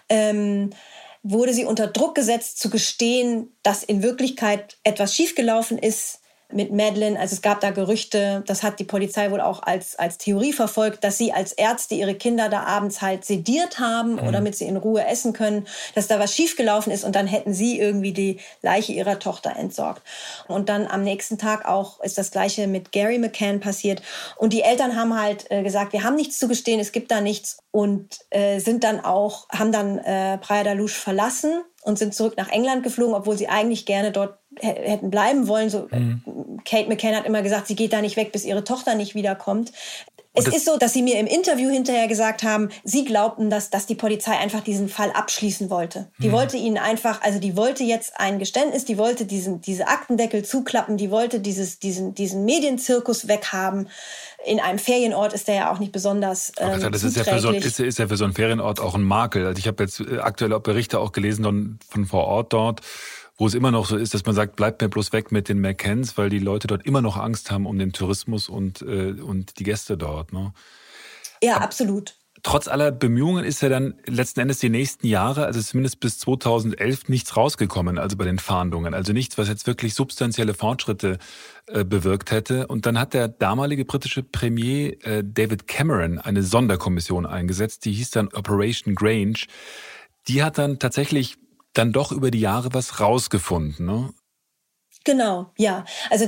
wurde sie unter Druck gesetzt zu gestehen, dass in Wirklichkeit etwas schiefgelaufen ist mit Madeleine. Also es gab da Gerüchte, das hat die Polizei wohl auch als Theorie verfolgt, dass sie als Ärzte ihre Kinder da abends halt sediert haben, oder damit sie in Ruhe essen können, dass da was schiefgelaufen ist und dann hätten sie irgendwie die Leiche ihrer Tochter entsorgt. Und dann am nächsten Tag auch ist das Gleiche mit Gary McCann passiert. Und die Eltern haben halt gesagt, wir haben nichts zu gestehen, es gibt da nichts und haben dann Praia da Luz verlassen und sind zurück nach England geflogen, obwohl sie eigentlich gerne dort hätten bleiben wollen. So, Kate McCann hat immer gesagt, sie geht da nicht weg, bis ihre Tochter nicht wiederkommt. Es ist so, dass sie mir im Interview hinterher gesagt haben, sie glaubten, dass die Polizei einfach diesen Fall abschließen wollte. Die wollte ihnen einfach, also die wollte jetzt ein Geständnis, die wollte diese Aktendeckel zuklappen, die wollte diesen Medienzirkus weghaben. In einem Ferienort ist der ja auch nicht besonders das ist ja für so einen Ferienort auch ein Makel. Also ich habe jetzt aktuelle Berichte auch gelesen von vor Ort dort, wo es immer noch so ist, dass man sagt, bleibt mir bloß weg mit den McCanns, weil die Leute dort immer noch Angst haben um den Tourismus und die Gäste dort. Ne? Ja, absolut. Trotz aller Bemühungen ist ja dann letzten Endes die nächsten Jahre, also zumindest bis 2011, nichts rausgekommen, also bei den Fahndungen. Also nichts, was jetzt wirklich substanzielle Fortschritte bewirkt hätte. Und dann hat der damalige britische Premier David Cameron eine Sonderkommission eingesetzt, die hieß dann Operation Grange. Die hat dann tatsächlich dann doch über die Jahre was rausgefunden, ne? Genau, ja. Also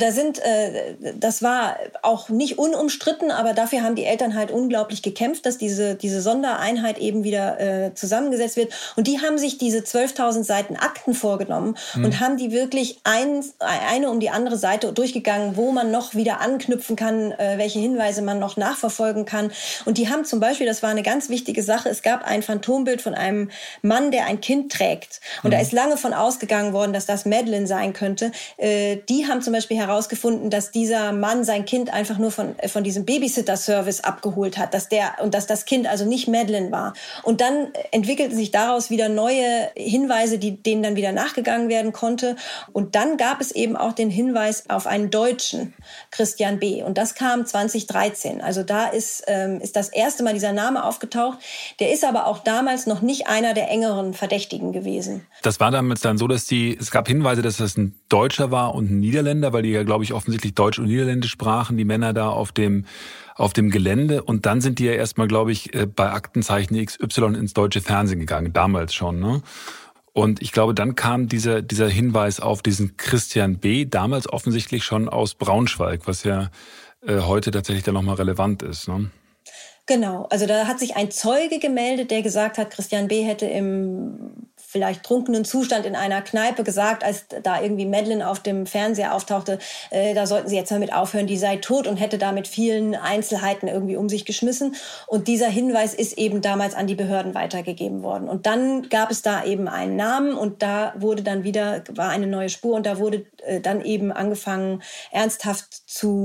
das war auch nicht unumstritten, aber dafür haben die Eltern halt unglaublich gekämpft, dass diese Sondereinheit eben wieder zusammengesetzt wird. Und die haben sich diese 12.000 Seiten Akten vorgenommen und haben die wirklich eine um die andere Seite durchgegangen, wo man noch wieder anknüpfen kann, welche Hinweise man noch nachverfolgen kann. Und die haben zum Beispiel, das war eine ganz wichtige Sache, es gab ein Phantombild von einem Mann, der ein Kind trägt. Und da ist lange von ausgegangen worden, dass das Madeleine sein könnte. Die haben zum Beispiel herausgefunden, dass dieser Mann sein Kind einfach nur von diesem Babysitter-Service abgeholt hat, dass das Kind also nicht Madeleine war. Und dann entwickelten sich daraus wieder neue Hinweise, denen dann wieder nachgegangen werden konnte. Und dann gab es eben auch den Hinweis auf einen Deutschen, Christian B. Und das kam 2013. Also da ist das erste Mal dieser Name aufgetaucht. Der ist aber auch damals noch nicht einer der engeren Verdächtigen gewesen. Das war damals dann so, dass es gab Hinweise, dass das ein Deutscher war und ein Niederländer, weil die ja, glaube ich, offensichtlich Deutsch und Niederländisch sprachen, die Männer da auf dem Gelände. Und dann sind die ja erstmal, glaube ich, bei Aktenzeichen XY ins deutsche Fernsehen gegangen, damals schon, ne? Und ich glaube, dann kam dieser Hinweis auf diesen Christian B., damals offensichtlich schon aus Braunschweig, was ja heute tatsächlich dann nochmal relevant ist, ne? Genau, also da hat sich ein Zeuge gemeldet, der gesagt hat, Christian B. hätte im vielleicht trunkenen Zustand in einer Kneipe gesagt, als da irgendwie Madeleine auf dem Fernseher auftauchte, da sollten sie jetzt mal mit aufhören, die sei tot, und hätte da mit vielen Einzelheiten irgendwie um sich geschmissen. Und dieser Hinweis ist eben damals an die Behörden weitergegeben worden. Und dann gab es da eben einen Namen und da war eine neue Spur und da wurde dann eben angefangen, ernsthaft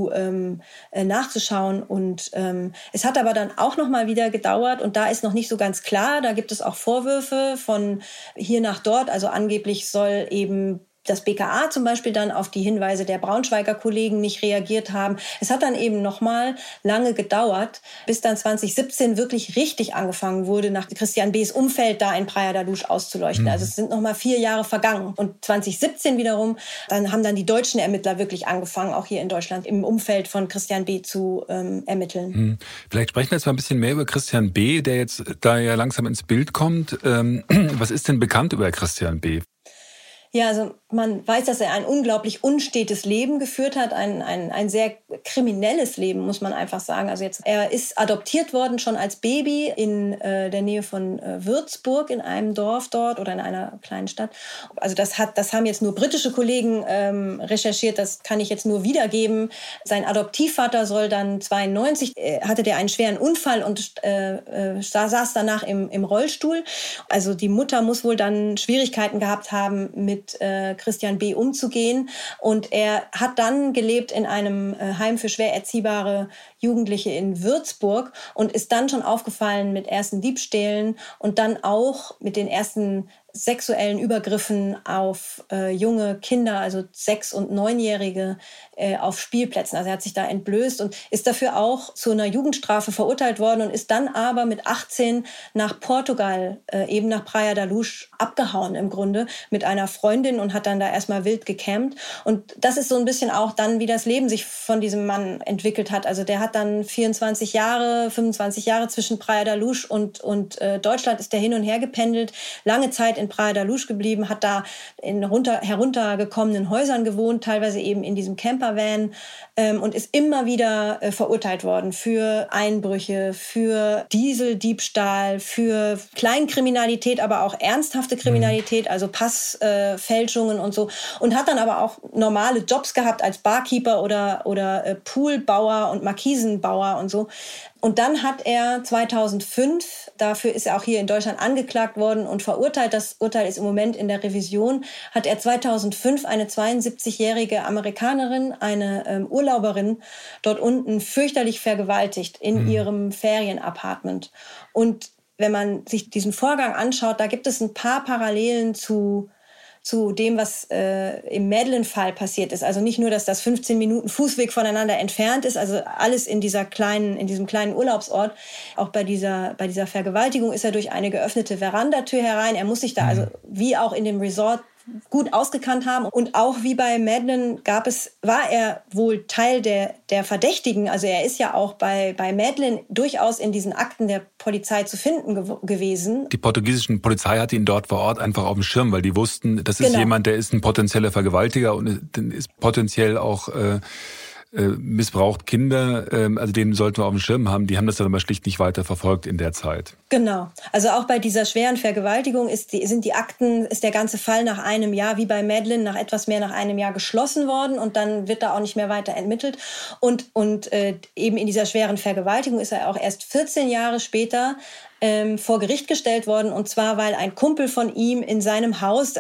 nachzuschauen. Und es hat aber dann auch noch mal wieder gedauert und da ist noch nicht so ganz klar, da gibt es auch Vorwürfe von hier nach dort, also angeblich soll eben das BKA zum Beispiel dann auf die Hinweise der Braunschweiger Kollegen nicht reagiert haben. Es hat dann eben nochmal lange gedauert, bis dann 2017 wirklich richtig angefangen wurde, nach Christian B.'s Umfeld da in Praia da Luz auszuleuchten. Also es sind nochmal 4 Jahre vergangen. Und 2017 wiederum, haben dann die deutschen Ermittler wirklich angefangen, auch hier in Deutschland im Umfeld von Christian B. zu ermitteln. Vielleicht sprechen wir jetzt mal ein bisschen mehr über Christian B., der jetzt da ja langsam ins Bild kommt. Was ist denn bekannt über Christian B.? Ja, also man weiß, dass er ein unglaublich unstetes Leben geführt hat, ein sehr kriminelles Leben, muss man einfach sagen. Also er ist adoptiert worden schon als Baby in der Nähe von Würzburg, in einem Dorf dort oder in einer kleinen Stadt. Also das haben jetzt nur britische Kollegen recherchiert, das kann ich jetzt nur wiedergeben. Sein Adoptivvater soll dann 92, hatte der einen schweren Unfall und saß danach im Rollstuhl. Also die Mutter muss wohl dann Schwierigkeiten gehabt haben, mit Christian B. umzugehen. Und er hat dann gelebt in einem Heim für schwer erziehbare Jugendliche in Würzburg und ist dann schon aufgefallen mit ersten Diebstählen und dann auch mit den ersten sexuellen Übergriffen auf junge Kinder, also 6- und 9-Jährige auf Spielplätzen. Also er hat sich da entblößt und ist dafür auch zu einer Jugendstrafe verurteilt worden und ist dann aber mit 18 nach Portugal, eben nach Praia da Luz, abgehauen im Grunde mit einer Freundin und hat dann da erstmal wild gecampt. Und das ist so ein bisschen auch dann, wie das Leben sich von diesem Mann entwickelt hat. Also der hat dann 25 Jahre zwischen Praia da Luz und Deutschland ist der hin und her gependelt, lange Zeit in Praia da Luz geblieben, hat da in heruntergekommenen Häusern gewohnt, teilweise eben in diesem Campervan und ist immer wieder verurteilt worden für Einbrüche, für Dieseldiebstahl, für Kleinkriminalität, aber auch ernsthafte Kriminalität, also Passfälschungen und so, und hat dann aber auch normale Jobs gehabt als Barkeeper oder Poolbauer und Markisenbauer und so. Und dann hat er 2005, dafür ist er auch hier in Deutschland angeklagt worden und verurteilt, das Urteil ist im Moment in der Revision, hat er 2005 eine 72-jährige Amerikanerin, eine Urlauberin, dort unten fürchterlich vergewaltigt in ihrem Ferienapartment. Und wenn man sich diesen Vorgang anschaut, da gibt es ein paar Parallelen zu dem, was im Madeleine-Fall passiert ist. Also nicht nur, dass das 15 Minuten Fußweg voneinander entfernt ist, also alles in diesem kleinen Urlaubsort. Auch bei dieser Vergewaltigung ist er durch eine geöffnete Verandatür herein. Er muss sich da also, wie auch in dem Resort, gut ausgekannt haben. Und auch wie bei Madeleine war er wohl Teil der Verdächtigen. Also er ist ja auch bei Madeleine durchaus in diesen Akten der Polizei zu finden gewesen. Die portugiesische Polizei hatte ihn dort vor Ort einfach auf dem Schirm, weil die wussten, das ist jemand, der ist ein potenzieller Vergewaltiger und ist potenziell auch missbraucht Kinder, also den sollten wir auf dem Schirm haben. Die haben das dann aber schlicht nicht weiter verfolgt in der Zeit. Genau. Also auch bei dieser schweren Vergewaltigung ist der ganze Fall nach einem Jahr, wie bei Madeleine, nach etwas mehr nach einem Jahr geschlossen worden und dann wird da auch nicht mehr weiter ermittelt. Und eben in dieser schweren Vergewaltigung ist er auch erst 14 Jahre später vor Gericht gestellt worden, und zwar, weil ein Kumpel von ihm in seinem Haus,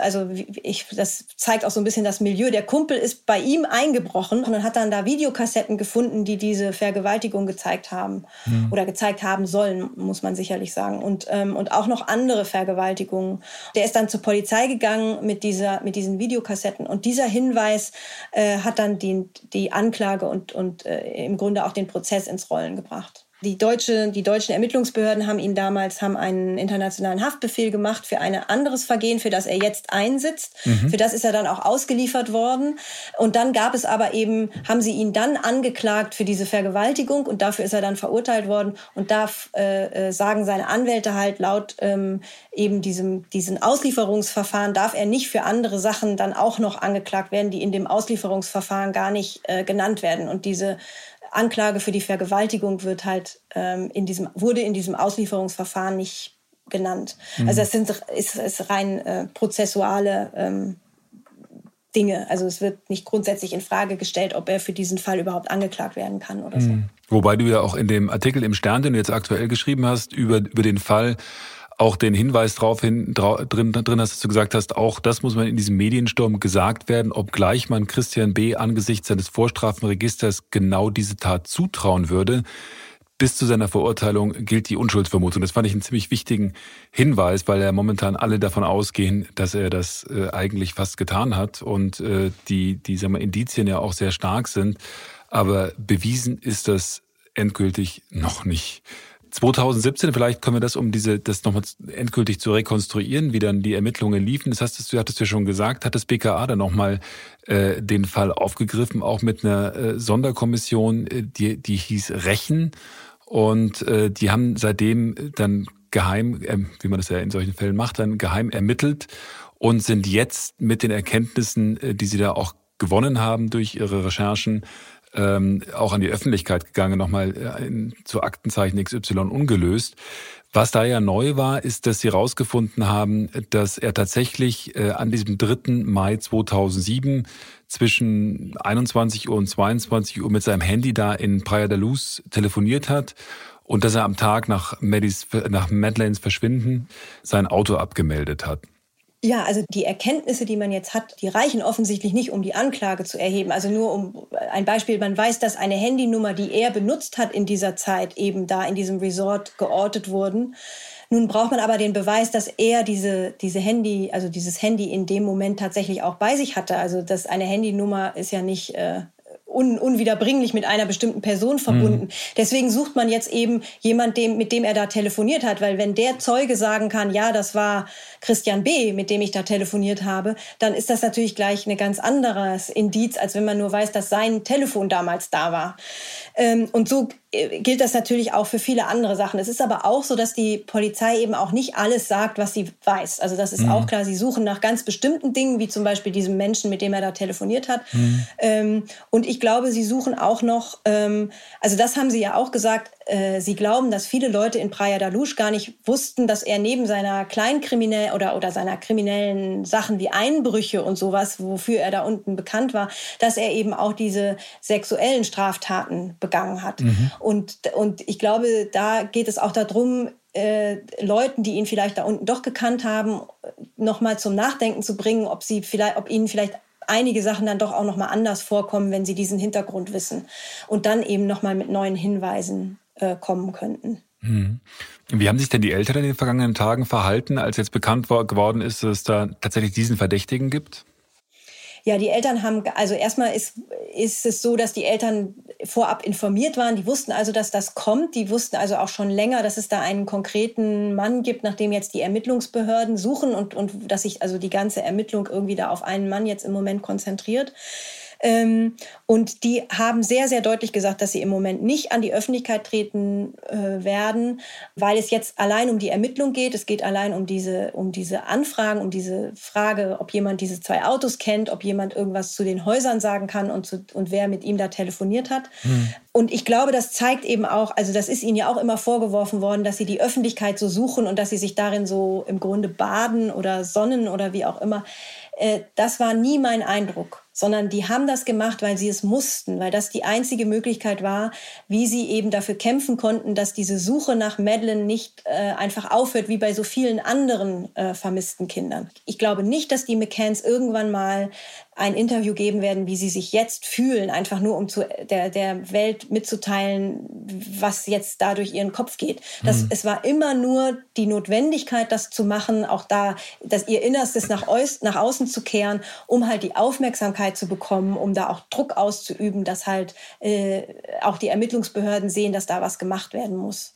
das zeigt auch so ein bisschen das Milieu, der Kumpel ist bei ihm eingebrochen und hat dann da Videokassetten gefunden, die diese Vergewaltigung gezeigt haben oder gezeigt haben sollen, muss man sicherlich sagen, und auch noch andere Vergewaltigungen. Der ist dann zur Polizei gegangen mit diesen Videokassetten, und dieser Hinweis hat dann die Anklage und im Grunde auch den Prozess ins Rollen gebracht. Die deutschen Ermittlungsbehörden haben einen internationalen Haftbefehl gemacht für ein anderes Vergehen, für das er jetzt einsitzt. Für das ist er dann auch ausgeliefert worden. Und dann haben sie ihn dann angeklagt für diese Vergewaltigung, und dafür ist er dann verurteilt worden und darf, sagen seine Anwälte halt, laut eben diesen Auslieferungsverfahren darf er nicht für andere Sachen dann auch noch angeklagt werden, die in dem Auslieferungsverfahren gar nicht genannt werden. Und diese Anklage für die Vergewaltigung wurde in diesem Auslieferungsverfahren nicht genannt. Also es ist rein prozessuale Dinge. Also es wird nicht grundsätzlich in Frage gestellt, ob er für diesen Fall überhaupt angeklagt werden kann oder so. Wobei du ja auch in dem Artikel im Stern, den du jetzt aktuell geschrieben hast, über den Fall auch den Hinweis drin hast, dass du gesagt hast, auch das muss man in diesem Mediensturm gesagt werden, obgleich man Christian B. angesichts seines Vorstrafenregisters genau diese Tat zutrauen würde. Bis zu seiner Verurteilung gilt die Unschuldsvermutung. Das fand ich einen ziemlich wichtigen Hinweis, weil ja momentan alle davon ausgehen, dass er das eigentlich fast getan hat und die sagen wir, Indizien ja auch sehr stark sind. Aber bewiesen ist das endgültig noch nicht. 2017, vielleicht können wir das, das nochmal endgültig zu rekonstruieren, wie dann die Ermittlungen liefen. Das hattest du ja schon gesagt, hat das BKA dann nochmal den Fall aufgegriffen, auch mit einer Sonderkommission, die hieß Rechen. Und die haben seitdem dann geheim, wie man das ja in solchen Fällen macht, dann geheim ermittelt und sind jetzt mit den Erkenntnissen, die sie da auch gewonnen haben durch ihre Recherchen, auch an die Öffentlichkeit gegangen, nochmal zu Aktenzeichen XY ungelöst. Was da ja neu war, ist, dass sie herausgefunden haben, dass er tatsächlich an diesem 3. Mai 2007 zwischen 21 Uhr und 22 Uhr mit seinem Handy da in Praia da Luz telefoniert hat und dass er am Tag nach Madeleines Verschwinden sein Auto abgemeldet hat. Ja, also die Erkenntnisse, die man jetzt hat, die reichen offensichtlich nicht, um die Anklage zu erheben. Also nur um ein Beispiel, man weiß, dass eine Handynummer, die er benutzt hat in dieser Zeit, eben da in diesem Resort geortet wurden. Nun braucht man aber den Beweis, dass er dieses Handy in dem Moment tatsächlich auch bei sich hatte. Also dass eine Handynummer ist ja nicht unwiederbringlich mit einer bestimmten Person verbunden. Deswegen sucht man jetzt eben jemanden, mit dem er da telefoniert hat, weil wenn der Zeuge sagen kann, ja, das war Christian B., mit dem ich da telefoniert habe, dann ist das natürlich gleich ein ganz anderes Indiz, als wenn man nur weiß, dass sein Telefon damals da war. Und so gilt das natürlich auch für viele andere Sachen. Es ist aber auch so, dass die Polizei eben auch nicht alles sagt, was sie weiß. Also das ist auch klar, sie suchen nach ganz bestimmten Dingen, wie zum Beispiel diesem Menschen, mit dem er da telefoniert hat. Und ich glaube, sie suchen auch noch, also das haben sie ja auch gesagt, sie glauben, dass viele Leute in Praia da Luz gar nicht wussten, dass er neben seiner kleinkriminellen oder seiner kriminellen Sachen wie Einbrüche und sowas, wofür er da unten bekannt war, dass er eben auch diese sexuellen Straftaten begangen hat. Und ich glaube, da geht es auch darum, Leuten, die ihn vielleicht da unten doch gekannt haben, nochmal zum Nachdenken zu bringen, ob ihnen vielleicht einige Sachen dann doch auch nochmal anders vorkommen, wenn sie diesen Hintergrund wissen und dann eben nochmal mit neuen Hinweisen kommen könnten. Wie haben sich denn die Eltern in den vergangenen Tagen verhalten, als jetzt bekannt geworden ist, dass es da tatsächlich diesen Verdächtigen gibt? Ja, die Eltern haben, also erstmal ist es so, dass die Eltern vorab informiert waren. Die wussten also, dass das kommt. Die wussten also auch schon länger, dass es da einen konkreten Mann gibt, nach dem jetzt die Ermittlungsbehörden suchen und dass sich also die ganze Ermittlung irgendwie da auf einen Mann jetzt im Moment konzentriert. Und die haben sehr, sehr deutlich gesagt, dass sie im Moment nicht an die Öffentlichkeit treten werden, weil es jetzt allein um die Ermittlung geht. Es geht allein um diese Anfragen, um diese Frage, ob jemand diese 2 Autos kennt, ob jemand irgendwas zu den Häusern sagen kann und wer mit ihm da telefoniert hat. Und ich glaube, das zeigt eben auch, also das ist ihnen ja auch immer vorgeworfen worden, dass sie die Öffentlichkeit so suchen und dass sie sich darin so im Grunde baden oder sonnen oder wie auch immer. Das war nie mein Eindruck, sondern die haben das gemacht, weil sie es mussten, weil das die einzige Möglichkeit war, wie sie eben dafür kämpfen konnten, dass diese Suche nach Madeleine nicht einfach aufhört, wie bei so vielen anderen vermissten Kindern. Ich glaube nicht, dass die McCanns irgendwann mal ein Interview geben werden, wie sie sich jetzt fühlen, einfach nur um der Welt mitzuteilen, was jetzt da durch ihren Kopf geht. Es war immer nur die Notwendigkeit, das zu machen, auch da, dass ihr Innerstes nach außen zu kehren, um halt die Aufmerksamkeit zu bekommen, um da auch Druck auszuüben, dass halt auch die Ermittlungsbehörden sehen, dass da was gemacht werden muss.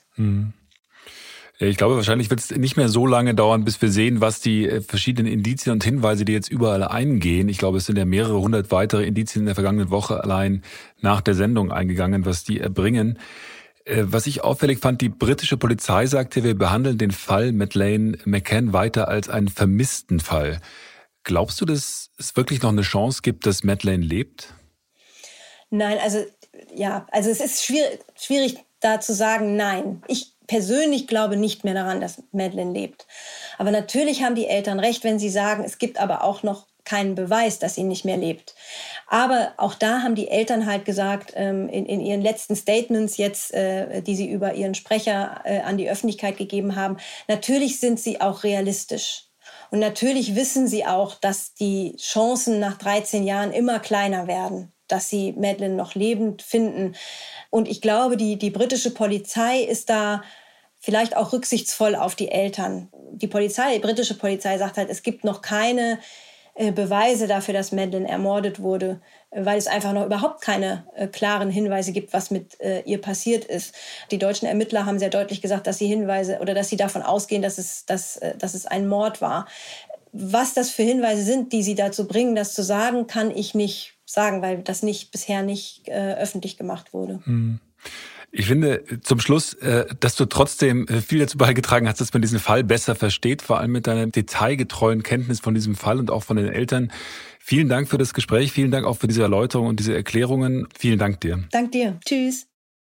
Ich glaube, wahrscheinlich wird es nicht mehr so lange dauern, bis wir sehen, was die verschiedenen Indizien und Hinweise, die jetzt überall eingehen. Ich glaube, es sind ja mehrere hundert weitere Indizien in der vergangenen Woche allein nach der Sendung eingegangen, was die erbringen. Was ich auffällig fand, die britische Polizei sagte, wir behandeln den Fall Madeleine McCann weiter als einen vermissten Fall. Glaubst du, dass es wirklich noch eine Chance gibt, dass Madeleine lebt? Nein, also es ist schwierig da zu sagen, nein. Ich persönlich glaube nicht mehr daran, dass Madeleine lebt. Aber natürlich haben die Eltern recht, wenn sie sagen, es gibt aber auch noch keinen Beweis, dass sie nicht mehr lebt. Aber auch da haben die Eltern halt gesagt, in ihren letzten Statements jetzt, die sie über ihren Sprecher an die Öffentlichkeit gegeben haben, natürlich sind sie auch realistisch. Und natürlich wissen sie auch, dass die Chancen nach 13 Jahren immer kleiner werden, dass sie Madeleine noch lebend finden. Und ich glaube, die britische Polizei ist da vielleicht auch rücksichtsvoll auf die Eltern. Die britische Polizei sagt halt, es gibt noch keine Beweise dafür, dass Madeleine ermordet wurde, weil es einfach noch überhaupt keine klaren Hinweise gibt, was mit ihr passiert ist. Die deutschen Ermittler haben sehr deutlich gesagt, dass sie davon ausgehen, dass es ein Mord war. Was das für Hinweise sind, die sie dazu bringen, das zu sagen, kann ich nicht sagen, weil das bisher nicht öffentlich gemacht wurde. Ich finde zum Schluss, dass du trotzdem viel dazu beigetragen hast, dass man diesen Fall besser versteht, vor allem mit deiner detailgetreuen Kenntnis von diesem Fall und auch von den Eltern. Vielen Dank für das Gespräch, vielen Dank auch für diese Erläuterung und diese Erklärungen. Vielen Dank dir. Dank dir. Tschüss.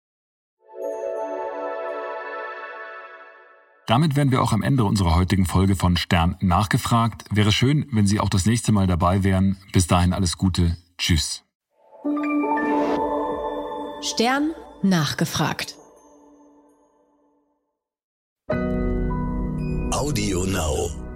Damit wären wir auch am Ende unserer heutigen Folge von Stern nachgefragt. Wäre schön, wenn Sie auch das nächste Mal dabei wären. Bis dahin alles Gute. Tschüss. Stern nachgefragt. Audio Now.